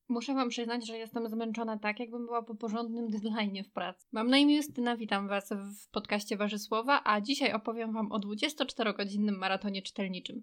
Muszę wam przyznać, że jestem zmęczona tak, jakbym była po porządnym deadline'ie w pracy. Mam na imię Justyna, witam was w podcaście Waży Słowa, a dzisiaj opowiem wam o 24-godzinnym maratonie czytelniczym.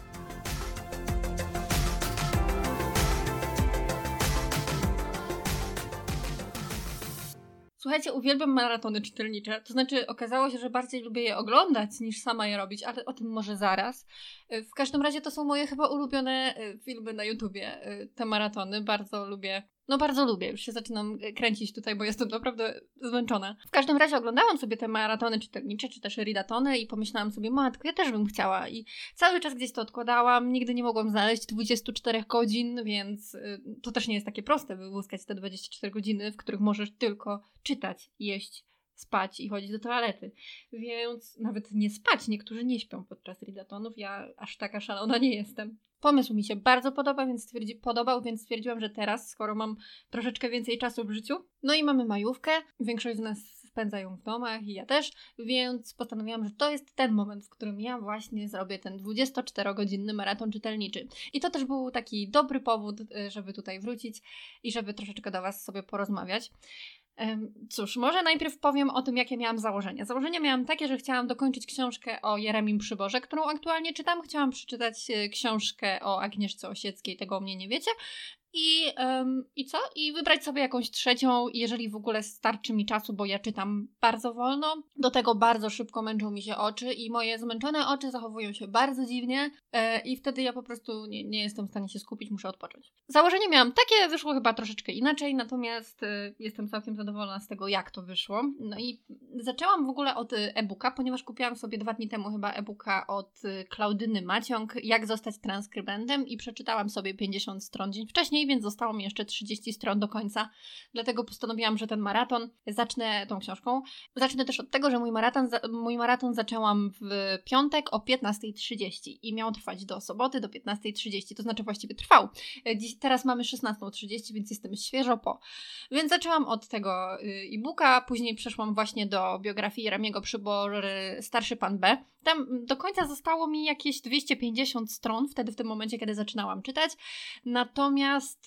Słuchajcie, uwielbiam maratony czytelnicze, to znaczy okazało się, że bardziej lubię je oglądać niż sama je robić, ale o tym może zaraz. W każdym razie to są moje chyba ulubione filmy na YouTubie, te maratony, bardzo lubię, już się zaczynam kręcić tutaj, bo jestem naprawdę zmęczona. W każdym razie oglądałam sobie te maratony czytelnicze, czy też readatony i pomyślałam sobie, matko, ja też bym chciała i cały czas gdzieś to odkładałam, nigdy nie mogłam znaleźć 24 godzin, więc to też nie jest takie proste wyłuskać te 24 godziny, w których możesz tylko czytać, jeść, spać i chodzić do toalety. Więc nawet nie spać, niektórzy nie śpią podczas readatonów, ja aż taka szalona nie jestem. Pomysł mi się bardzo podobał, więc stwierdziłam, że teraz, skoro mam troszeczkę więcej czasu w życiu, no i mamy majówkę, większość z nas spędza ją w domach i ja też, więc postanowiłam, że to jest ten moment, w którym ja właśnie zrobię ten 24-godzinny maraton czytelniczy. I to też był taki dobry powód, żeby tutaj wrócić i żeby troszeczkę do was sobie porozmawiać. Cóż, może najpierw powiem o tym, jakie miałam założenia. Założenia miałam takie, że chciałam dokończyć książkę o Jeremim Przyborze, którą aktualnie czytam. Chciałam przeczytać książkę o Agnieszce Osieckiej, tego o mnie nie wiecie. I co? I wybrać sobie jakąś trzecią, jeżeli w ogóle starczy mi czasu, bo ja czytam bardzo wolno. Do tego bardzo szybko męczą mi się oczy i moje zmęczone oczy zachowują się bardzo dziwnie i wtedy ja po prostu nie jestem w stanie się skupić, muszę odpocząć. Założenie miałam takie, wyszło chyba troszeczkę inaczej, natomiast jestem całkiem zadowolona z tego, jak to wyszło. No i zaczęłam w ogóle od e-booka, ponieważ kupiłam sobie 2 dni temu chyba e-booka od Klaudyny Maciąg, Jak zostać transkrybentem i przeczytałam sobie 50 stron dzień wcześniej, więc zostało mi jeszcze 30 stron do końca. Dlatego postanowiłam, że ten maraton zacznę tą książką. Zacznę też od tego, że mój maraton zaczęłam w piątek o 15:30 i miał trwać do soboty do 15:30, to znaczy właściwie trwał. Teraz mamy 16:30, więc jestem świeżo po. Więc zaczęłam od tego e-booka, później przeszłam właśnie do biografii Jeremiego Przybory Starszy Pan B. Tam do końca zostało mi jakieś 250 stron, wtedy w tym momencie, kiedy zaczynałam czytać. Natomiast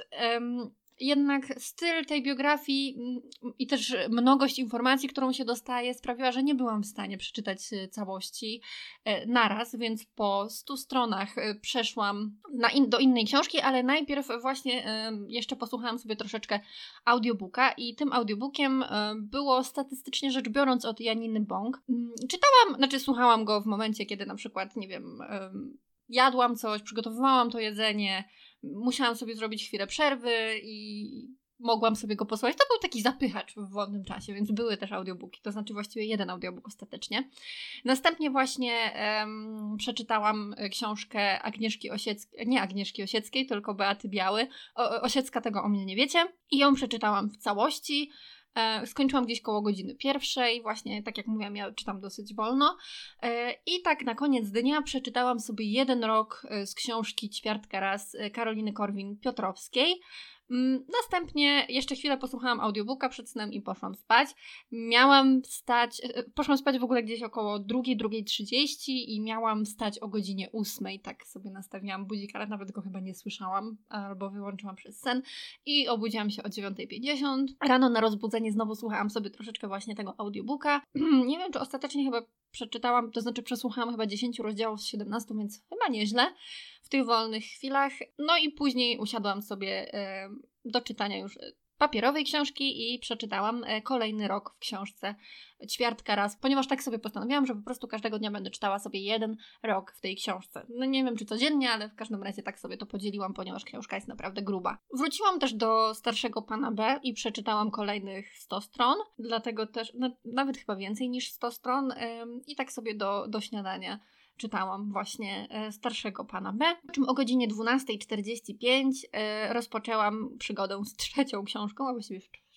jednak styl tej biografii i też mnogość informacji, którą się dostaje, sprawiła, że nie byłam w stanie przeczytać całości naraz, więc po 100 stronach przeszłam do innej książki, ale najpierw właśnie jeszcze posłuchałam sobie troszeczkę audiobooka i tym audiobookiem było statystycznie rzecz biorąc od Janiny Bąk. Słuchałam go w momencie, kiedy na przykład, nie wiem, jadłam coś, przygotowywałam to jedzenie, musiałam sobie zrobić chwilę przerwy i mogłam sobie go posłuchać. To był taki zapychacz w wolnym czasie, więc były też audiobooki, to znaczy właściwie jeden audiobook ostatecznie. Następnie właśnie przeczytałam książkę nie Agnieszki Osieckiej, tylko Beaty Biały. Osiecka, tego o mnie nie wiecie. I ją przeczytałam w całości. Skończyłam gdzieś koło godziny 1:00, właśnie tak jak mówiłam, ja czytam dosyć wolno i tak na koniec dnia przeczytałam sobie 1 rok z książki Ćwiartka raz Karoliny Korwin-Piotrowskiej. Następnie jeszcze chwilę posłuchałam audiobooka przed snem i poszłam spać. Poszłam spać w ogóle gdzieś około 2:30 i miałam wstać o godzinie 8:00. Tak sobie nastawiłam budzik, ale nawet go chyba nie słyszałam, albo wyłączyłam przez sen i obudziłam się o 9:50. Rano na rozbudzenie znowu słuchałam sobie troszeczkę właśnie tego audiobooka. Nie wiem, czy ostatecznie chyba przeczytałam, to znaczy przesłuchałam chyba 10 rozdziałów z 17, więc chyba nieźle w tych wolnych chwilach. No i później usiadłam sobie do czytania już papierowej książki i przeczytałam kolejny rok w książce Ćwiartka raz, ponieważ tak sobie postanowiłam, że po prostu każdego dnia będę czytała sobie 1 rok w tej książce. No nie wiem, czy codziennie, ale w każdym razie tak sobie to podzieliłam, ponieważ książka jest naprawdę gruba. Wróciłam też do Starszego Pana B i przeczytałam kolejnych 100 stron, dlatego też, nawet chyba więcej niż 100 stron i tak sobie do śniadania czytałam właśnie Starszego Pana B, po czym o godzinie 12:45 rozpoczęłam przygodę z trzecią książką, a właściwie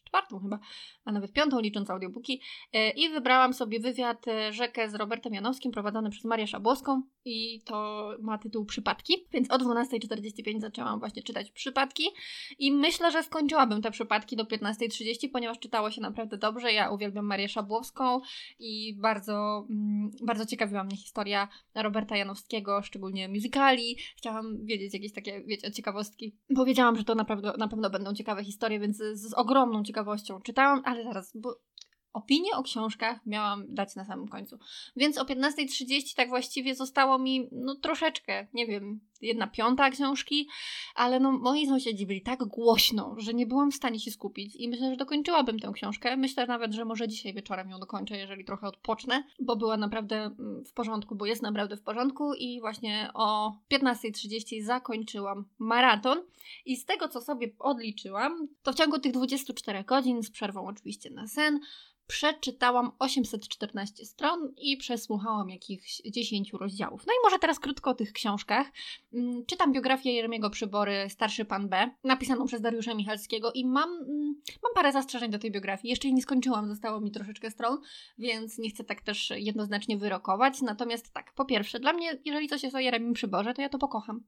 4. chyba, a nawet 5, licząc audiobooki. I wybrałam sobie wywiad Rzekę z Robertem Janowskim prowadzony przez Marię Szabłowską i to ma tytuł Przypadki, więc o 12:45 zaczęłam właśnie czytać Przypadki i myślę, że skończyłabym te przypadki do 15:30, ponieważ czytało się naprawdę dobrze. Ja uwielbiam Marię Szabłowską i bardzo, bardzo ciekawiła mnie historia Roberta Janowskiego, szczególnie musicali. Chciałam wiedzieć jakieś takie, wiecie, ciekawostki. Powiedziałam, że to na pewno będą ciekawe historie, więc z ogromną ciekawością czytałam, ale zaraz, bo opinię o książkach miałam dać na samym końcu. Więc o 15:30 tak właściwie zostało mi, troszeczkę, nie wiem, 1/5 książki, ale moi sąsiedzi byli tak głośno, że nie byłam w stanie się skupić i myślę, że dokończyłabym tę książkę. Myślę nawet, że może dzisiaj wieczorem ją dokończę, jeżeli trochę odpocznę, bo była naprawdę w porządku, bo jest naprawdę w porządku i właśnie o 15:30 zakończyłam maraton i z tego, co sobie odliczyłam, to w ciągu tych 24 godzin, z przerwą oczywiście na sen, przeczytałam 814 stron i przesłuchałam jakichś 10 rozdziałów. No i może teraz krótko o tych książkach. Czytam biografię Jeremiego Przybory Starszy Pan B, napisaną przez Dariusza Michalskiego i mam parę zastrzeżeń do tej biografii. Jeszcze jej nie skończyłam, zostało mi troszeczkę stron, więc nie chcę tak też jednoznacznie wyrokować. Natomiast tak, po pierwsze, dla mnie, jeżeli coś jest o Jeremim Przyborze, to ja to pokocham.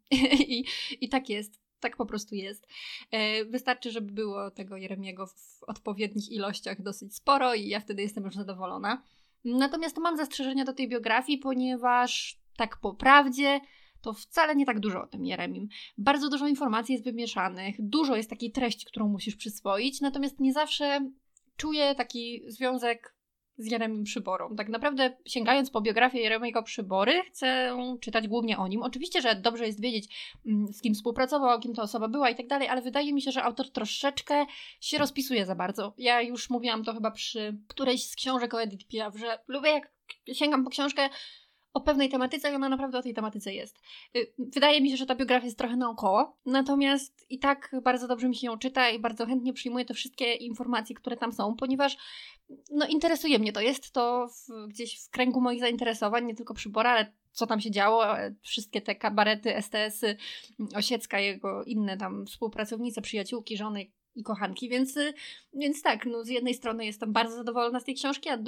I tak jest. Tak po prostu jest. Wystarczy, żeby było tego Jeremiego w odpowiednich ilościach dosyć sporo i ja wtedy jestem już zadowolona. Natomiast mam zastrzeżenia do tej biografii, ponieważ tak po prawdzie to wcale nie tak dużo o tym Jeremim. Bardzo dużo informacji jest wymieszanych, dużo jest takiej treści, którą musisz przyswoić, natomiast nie zawsze czuję taki związek z Jeremim Przyborą. Tak naprawdę sięgając po biografię Jeremiego Przybory, chcę czytać głównie o nim. Oczywiście, że dobrze jest wiedzieć, z kim współpracował, kim ta osoba była i tak dalej, ale wydaje mi się, że autor troszeczkę się rozpisuje za bardzo. Ja już mówiłam to chyba przy którejś z książek o Edith Piaf, że lubię jak sięgam po książkę o pewnej tematyce i ona naprawdę o tej tematyce jest. Wydaje mi się, że ta biografia jest trochę naokoło, natomiast i tak bardzo dobrze mi się ją czyta i bardzo chętnie przyjmuję te wszystkie informacje, które tam są, ponieważ interesuje mnie to. Jest to gdzieś w kręgu moich zainteresowań, nie tylko Przybora, ale co tam się działo, wszystkie te kabarety, STS-y, Osiecka, jego inne tam współpracownice, przyjaciółki, żony i kochanki, więc tak, z jednej strony jestem bardzo zadowolona z tej książki, a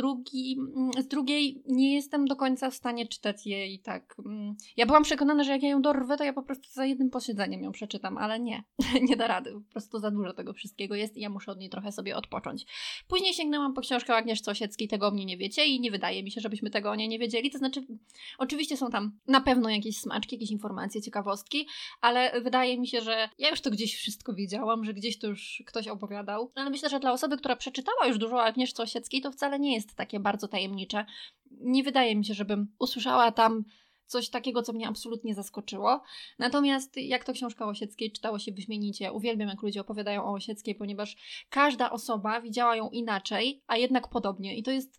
z drugiej nie jestem do końca w stanie czytać jej tak. Ja byłam przekonana, że jak ja ją dorwę, to ja po prostu za jednym posiedzeniem ją przeczytam, ale nie, nie da rady, po prostu za dużo tego wszystkiego jest i ja muszę od niej trochę sobie odpocząć. Później sięgnęłam po książkę o Agnieszce Osieckiej, Tego o mnie nie wiecie i nie wydaje mi się, żebyśmy tego o niej nie wiedzieli, to znaczy oczywiście są tam na pewno jakieś smaczki, jakieś informacje, ciekawostki, ale wydaje mi się, że ja już to gdzieś wszystko wiedziałam, że gdzieś to już ktoś opowiadał, ale myślę, że dla osoby, która przeczytała już dużo o Agnieszce Osieckiej, to wcale nie jest takie bardzo tajemnicze. Nie wydaje mi się, żebym usłyszała tam coś takiego, co mnie absolutnie zaskoczyło. Natomiast jak to książka o Osieckiej, czytało się wyśmienicie. Uwielbiam, jak ludzie opowiadają o Osieckiej, ponieważ każda osoba widziała ją inaczej, a jednak podobnie. I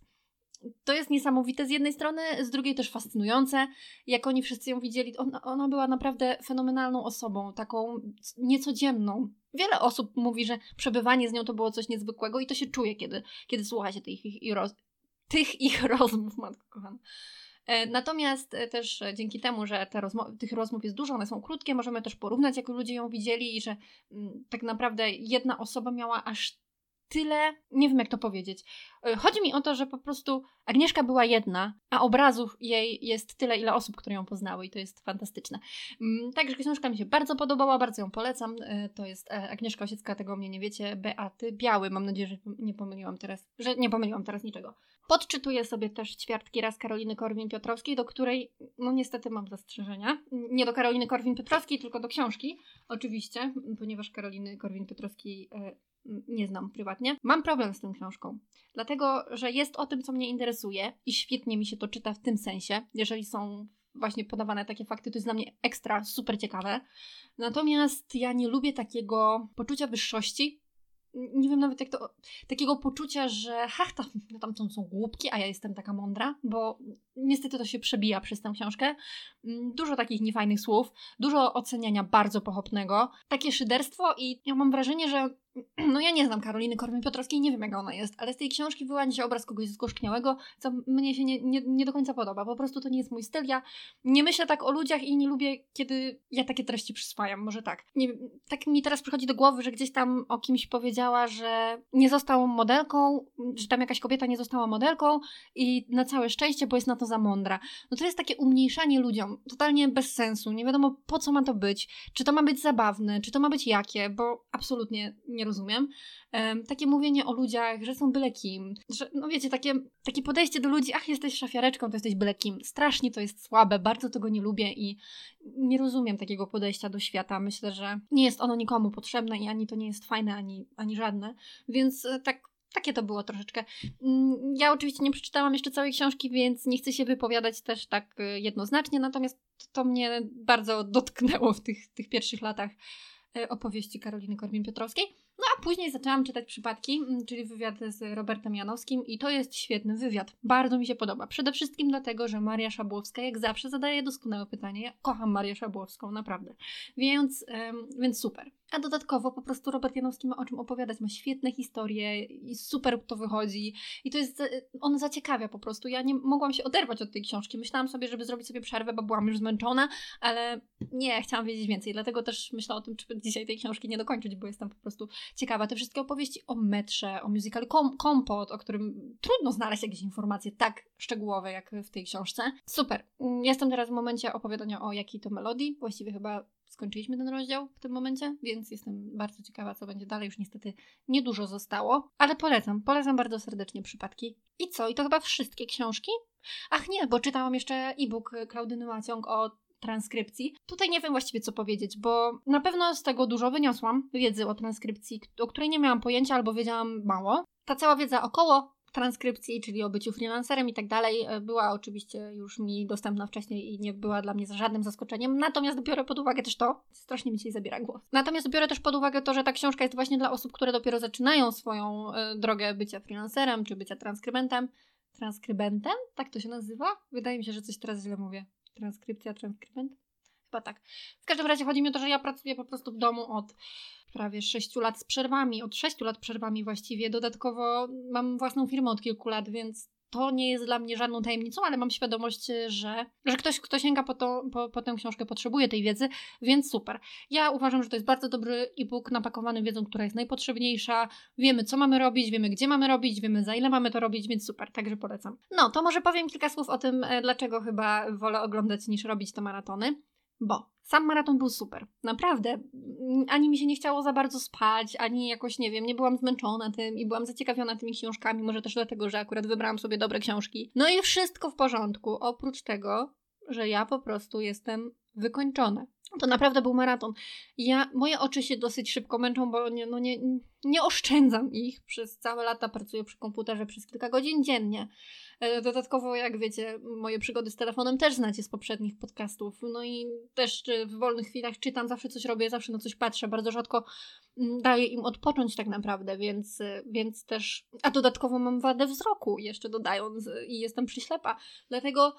to jest niesamowite z jednej strony, z drugiej też fascynujące. Jak oni wszyscy ją widzieli, ona była naprawdę fenomenalną osobą, taką niecodzienną. Wiele osób mówi, że przebywanie z nią to było coś niezwykłego i to się czuje, kiedy słucha się tych ich rozmów, matko kochana. Natomiast też dzięki temu, że tych rozmów jest dużo, one są krótkie, możemy też porównać, jak ludzie ją widzieli i że tak naprawdę jedna osoba miała aż tyle, nie wiem jak to powiedzieć. Chodzi mi o to, że po prostu Agnieszka była jedna, a obrazów jej jest tyle, ile osób, które ją poznały i to jest fantastyczne. Także książka mi się bardzo podobała, bardzo ją polecam. To jest Agnieszka Osiecka, Tego o mnie nie wiecie, Beaty Biały. Mam nadzieję, że nie pomyliłam teraz niczego. Podczytuję sobie też Ćwiartki raz Karoliny Korwin-Piotrowskiej, do której niestety mam zastrzeżenia. Nie do Karoliny Korwin-Piotrowskiej, tylko do książki, oczywiście, ponieważ Karoliny Korwin-Piotrowskiej nie znam prywatnie. Mam problem z tą książką, dlatego, że jest o tym, co mnie interesuje i świetnie mi się to czyta w tym sensie. Jeżeli są właśnie podawane takie fakty, to jest dla mnie ekstra, super ciekawe. Natomiast ja nie lubię takiego poczucia wyższości. Nie wiem nawet jak to... Takiego poczucia, że tam są głupki, a ja jestem taka mądra, bo niestety to się przebija przez tę książkę. Dużo takich niefajnych słów, dużo oceniania bardzo pochopnego. Takie szyderstwo i ja mam wrażenie, że no ja nie znam Karoliny Korwin-Piotrowskiej, nie wiem jaka ona jest, ale z tej książki wyłania się obraz kogoś zgorzkniałego, co mnie się nie do końca podoba. Po prostu to nie jest mój styl. Ja nie myślę tak o ludziach i nie lubię, kiedy ja takie treści przyswajam. Może tak. Nie wiem, tak mi teraz przychodzi do głowy, że gdzieś tam o kimś powiedziała, że nie został modelką, że tam jakaś kobieta nie została modelką i na całe szczęście, bo jest na to za mądra. No to jest takie umniejszanie ludziom, totalnie bez sensu. Nie wiadomo po co ma to być, czy to ma być zabawne, czy to ma być jakie, bo absolutnie nie rozumiem. Takie mówienie o ludziach, że są byle kim, że no wiecie, takie podejście do ludzi, ach jesteś szafiareczką, to jesteś byle kim. Strasznie to jest słabe, bardzo tego nie lubię i nie rozumiem takiego podejścia do świata. Myślę, że nie jest ono nikomu potrzebne i ani to nie jest fajne, ani żadne. Więc takie to było troszeczkę. Ja oczywiście nie przeczytałam jeszcze całej książki, więc nie chcę się wypowiadać też tak jednoznacznie, natomiast to mnie bardzo dotknęło w tych pierwszych latach opowieści Karoliny Korwin-Piotrowskiej. No a później zaczęłam czytać Przypadki, czyli wywiad z Robertem Janowskim i to jest świetny wywiad. Bardzo mi się podoba. Przede wszystkim dlatego, że Maria Szabłowska jak zawsze zadaje doskonałe pytanie. Ja kocham Marię Szabłowską, naprawdę. Więc super. A dodatkowo po prostu Robert Janowski ma o czym opowiadać, ma świetne historie i super to wychodzi. I to jest, on zaciekawia po prostu. Ja nie mogłam się oderwać od tej książki. Myślałam sobie, żeby zrobić sobie przerwę, bo byłam już zmęczona, ale nie, chciałam wiedzieć więcej. Dlatego też myślę o tym, czy dzisiaj tej książki nie dokończyć, bo jestem po prostu ciekawa. Te wszystkie opowieści o metrze, o musicalu Kompot, o którym trudno znaleźć jakieś informacje tak szczegółowe jak w tej książce. Super. Jestem teraz w momencie opowiadania o jakiej to melodii. Właściwie chyba skończyliśmy ten rozdział w tym momencie, więc jestem bardzo ciekawa, co będzie dalej. Już niestety niedużo zostało, ale polecam bardzo serdecznie Przypadki. I co? I to chyba wszystkie książki? Ach nie, bo czytałam jeszcze e-book Klaudyny Maciąg o transkrypcji. Tutaj nie wiem właściwie co powiedzieć, bo na pewno z tego dużo wyniosłam wiedzy o transkrypcji, o której nie miałam pojęcia albo wiedziałam mało. Ta cała wiedza około transkrypcji, czyli o byciu freelancerem i tak dalej, była oczywiście już mi dostępna wcześniej i nie była dla mnie żadnym zaskoczeniem, natomiast biorę pod uwagę też to, strasznie mi dzisiaj zabiera głos, natomiast biorę też pod uwagę to, że ta książka jest właśnie dla osób, które dopiero zaczynają swoją drogę bycia freelancerem, czy bycia transkrybentem, tak to się nazywa? Wydaje mi się, że coś teraz źle mówię. Transkrybent? Chyba tak. W każdym razie chodzi mi o to, że ja pracuję po prostu w domu od prawie 6 lat z przerwami, od 6 lat przerwami właściwie. Dodatkowo mam własną firmę od kilku lat, więc to nie jest dla mnie żadną tajemnicą, ale mam świadomość, że ktoś, kto sięga po tę książkę, potrzebuje tej wiedzy, więc super. Ja uważam, że to jest bardzo dobry e-book napakowany wiedzą, która jest najpotrzebniejsza. Wiemy, co mamy robić, wiemy, gdzie mamy robić, wiemy, za ile mamy to robić, więc super, także polecam. No, to może powiem kilka słów o tym, dlaczego chyba wolę oglądać niż robić te maratony. Bo sam maraton był super. Naprawdę. Ani mi się nie chciało za bardzo spać, ani jakoś, nie wiem, nie byłam zmęczona tym i byłam zaciekawiona tymi książkami. Może też dlatego, że akurat wybrałam sobie dobre książki. No i wszystko w porządku. Oprócz tego, że ja po prostu jestem wykończona. To naprawdę był maraton. Moje oczy się dosyć szybko męczą, bo nie oszczędzam ich. Przez całe lata pracuję przy komputerze przez kilka godzin dziennie. Dodatkowo, jak wiecie, moje przygody z telefonem też znacie z poprzednich podcastów. No i też w wolnych chwilach czytam, zawsze coś robię, zawsze na coś patrzę. Bardzo rzadko daję im odpocząć tak naprawdę, więc też... A dodatkowo mam wadę wzroku, jeszcze dodając, i jestem przyślepa. Dlatego...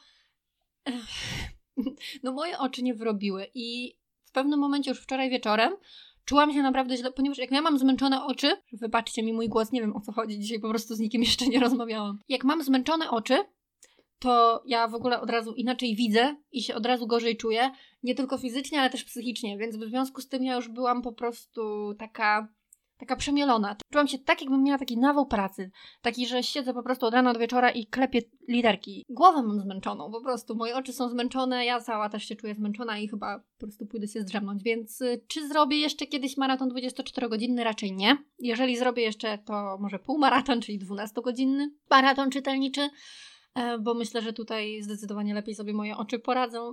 No moje oczy nie wyrobiły i w pewnym momencie już wczoraj wieczorem czułam się naprawdę źle, ponieważ jak ja mam zmęczone oczy, wybaczcie mi mój głos, nie wiem o co chodzi, dzisiaj po prostu z nikim jeszcze nie rozmawiałam. Jak mam zmęczone oczy, to ja w ogóle od razu inaczej widzę i się od razu gorzej czuję, nie tylko fizycznie, ale też psychicznie, więc w związku z tym ja już byłam po prostu taka przemielona. Czułam się tak, jakbym miała taki nawał pracy. Taki, że siedzę po prostu od rana do wieczora i klepię literki. Głowę mam zmęczoną, po prostu. Moje oczy są zmęczone, ja cała też się czuję zmęczona i chyba po prostu pójdę się zdrzemnąć. Więc czy zrobię jeszcze kiedyś maraton 24-godzinny? Raczej nie. Jeżeli zrobię jeszcze, to może półmaraton, czyli 12-godzinny maraton czytelniczy, bo myślę, że tutaj zdecydowanie lepiej sobie moje oczy poradzą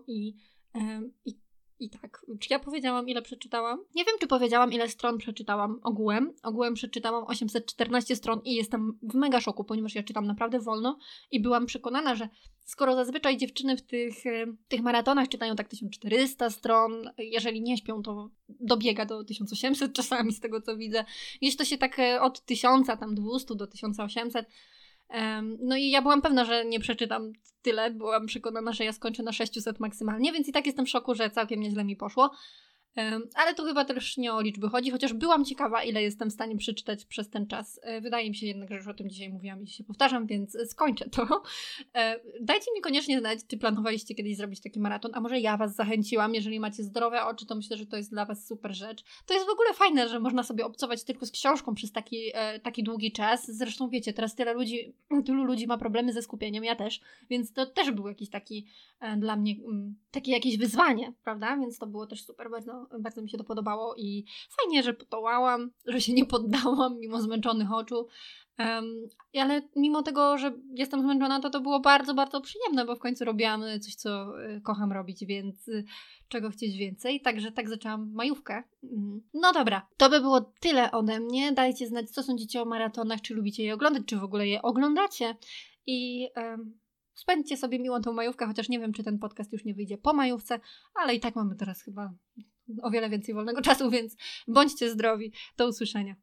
i tak, czy ja powiedziałam, ile przeczytałam? Nie wiem, czy powiedziałam, ile stron przeczytałam ogółem. Ogółem przeczytałam 814 stron i jestem w mega szoku, ponieważ ja czytam naprawdę wolno i byłam przekonana, że skoro zazwyczaj dziewczyny w tych maratonach czytają tak 1400 stron, jeżeli nie śpią, to dobiega do 1800 czasami z tego, co widzę. Jeśli to się tak od 1200 do 1800. No i ja byłam pewna, że nie przeczytam tyle, byłam przekonana, że ja skończę na 600 maksymalnie, więc i tak jestem w szoku, że całkiem nieźle mi poszło. Ale tu chyba też nie o liczby chodzi, chociaż byłam ciekawa, ile jestem w stanie przeczytać przez ten czas. Wydaje mi się jednak, że już o tym dzisiaj mówiłam i się powtarzam, więc skończę to. Dajcie mi koniecznie znać, czy planowaliście kiedyś zrobić taki maraton, a może ja was zachęciłam. Jeżeli macie zdrowe oczy, to myślę, że to jest dla was super rzecz. To jest w ogóle fajne, że można sobie obcować tylko z książką przez taki długi czas. Zresztą wiecie, teraz tylu ludzi ma problemy ze skupieniem, ja też, więc to też był jakiś taki dla mnie takie jakieś wyzwanie, prawda? Więc to było też super, bardzo mi się to podobało i fajnie, że podołałam, że się nie poddałam mimo zmęczonych oczu. Ale mimo tego, że jestem zmęczona, to było bardzo, bardzo przyjemne, bo w końcu robiłam coś, co kocham robić, więc czego chcieć więcej. Także tak zaczęłam majówkę. No dobra, to by było tyle ode mnie. Dajcie znać, co sądzicie o maratonach, czy lubicie je oglądać, czy w ogóle je oglądacie. I spędźcie sobie miłą tą majówkę, chociaż nie wiem, czy ten podcast już nie wyjdzie po majówce, ale i tak mamy teraz chyba o wiele więcej wolnego czasu, więc bądźcie zdrowi. Do usłyszenia.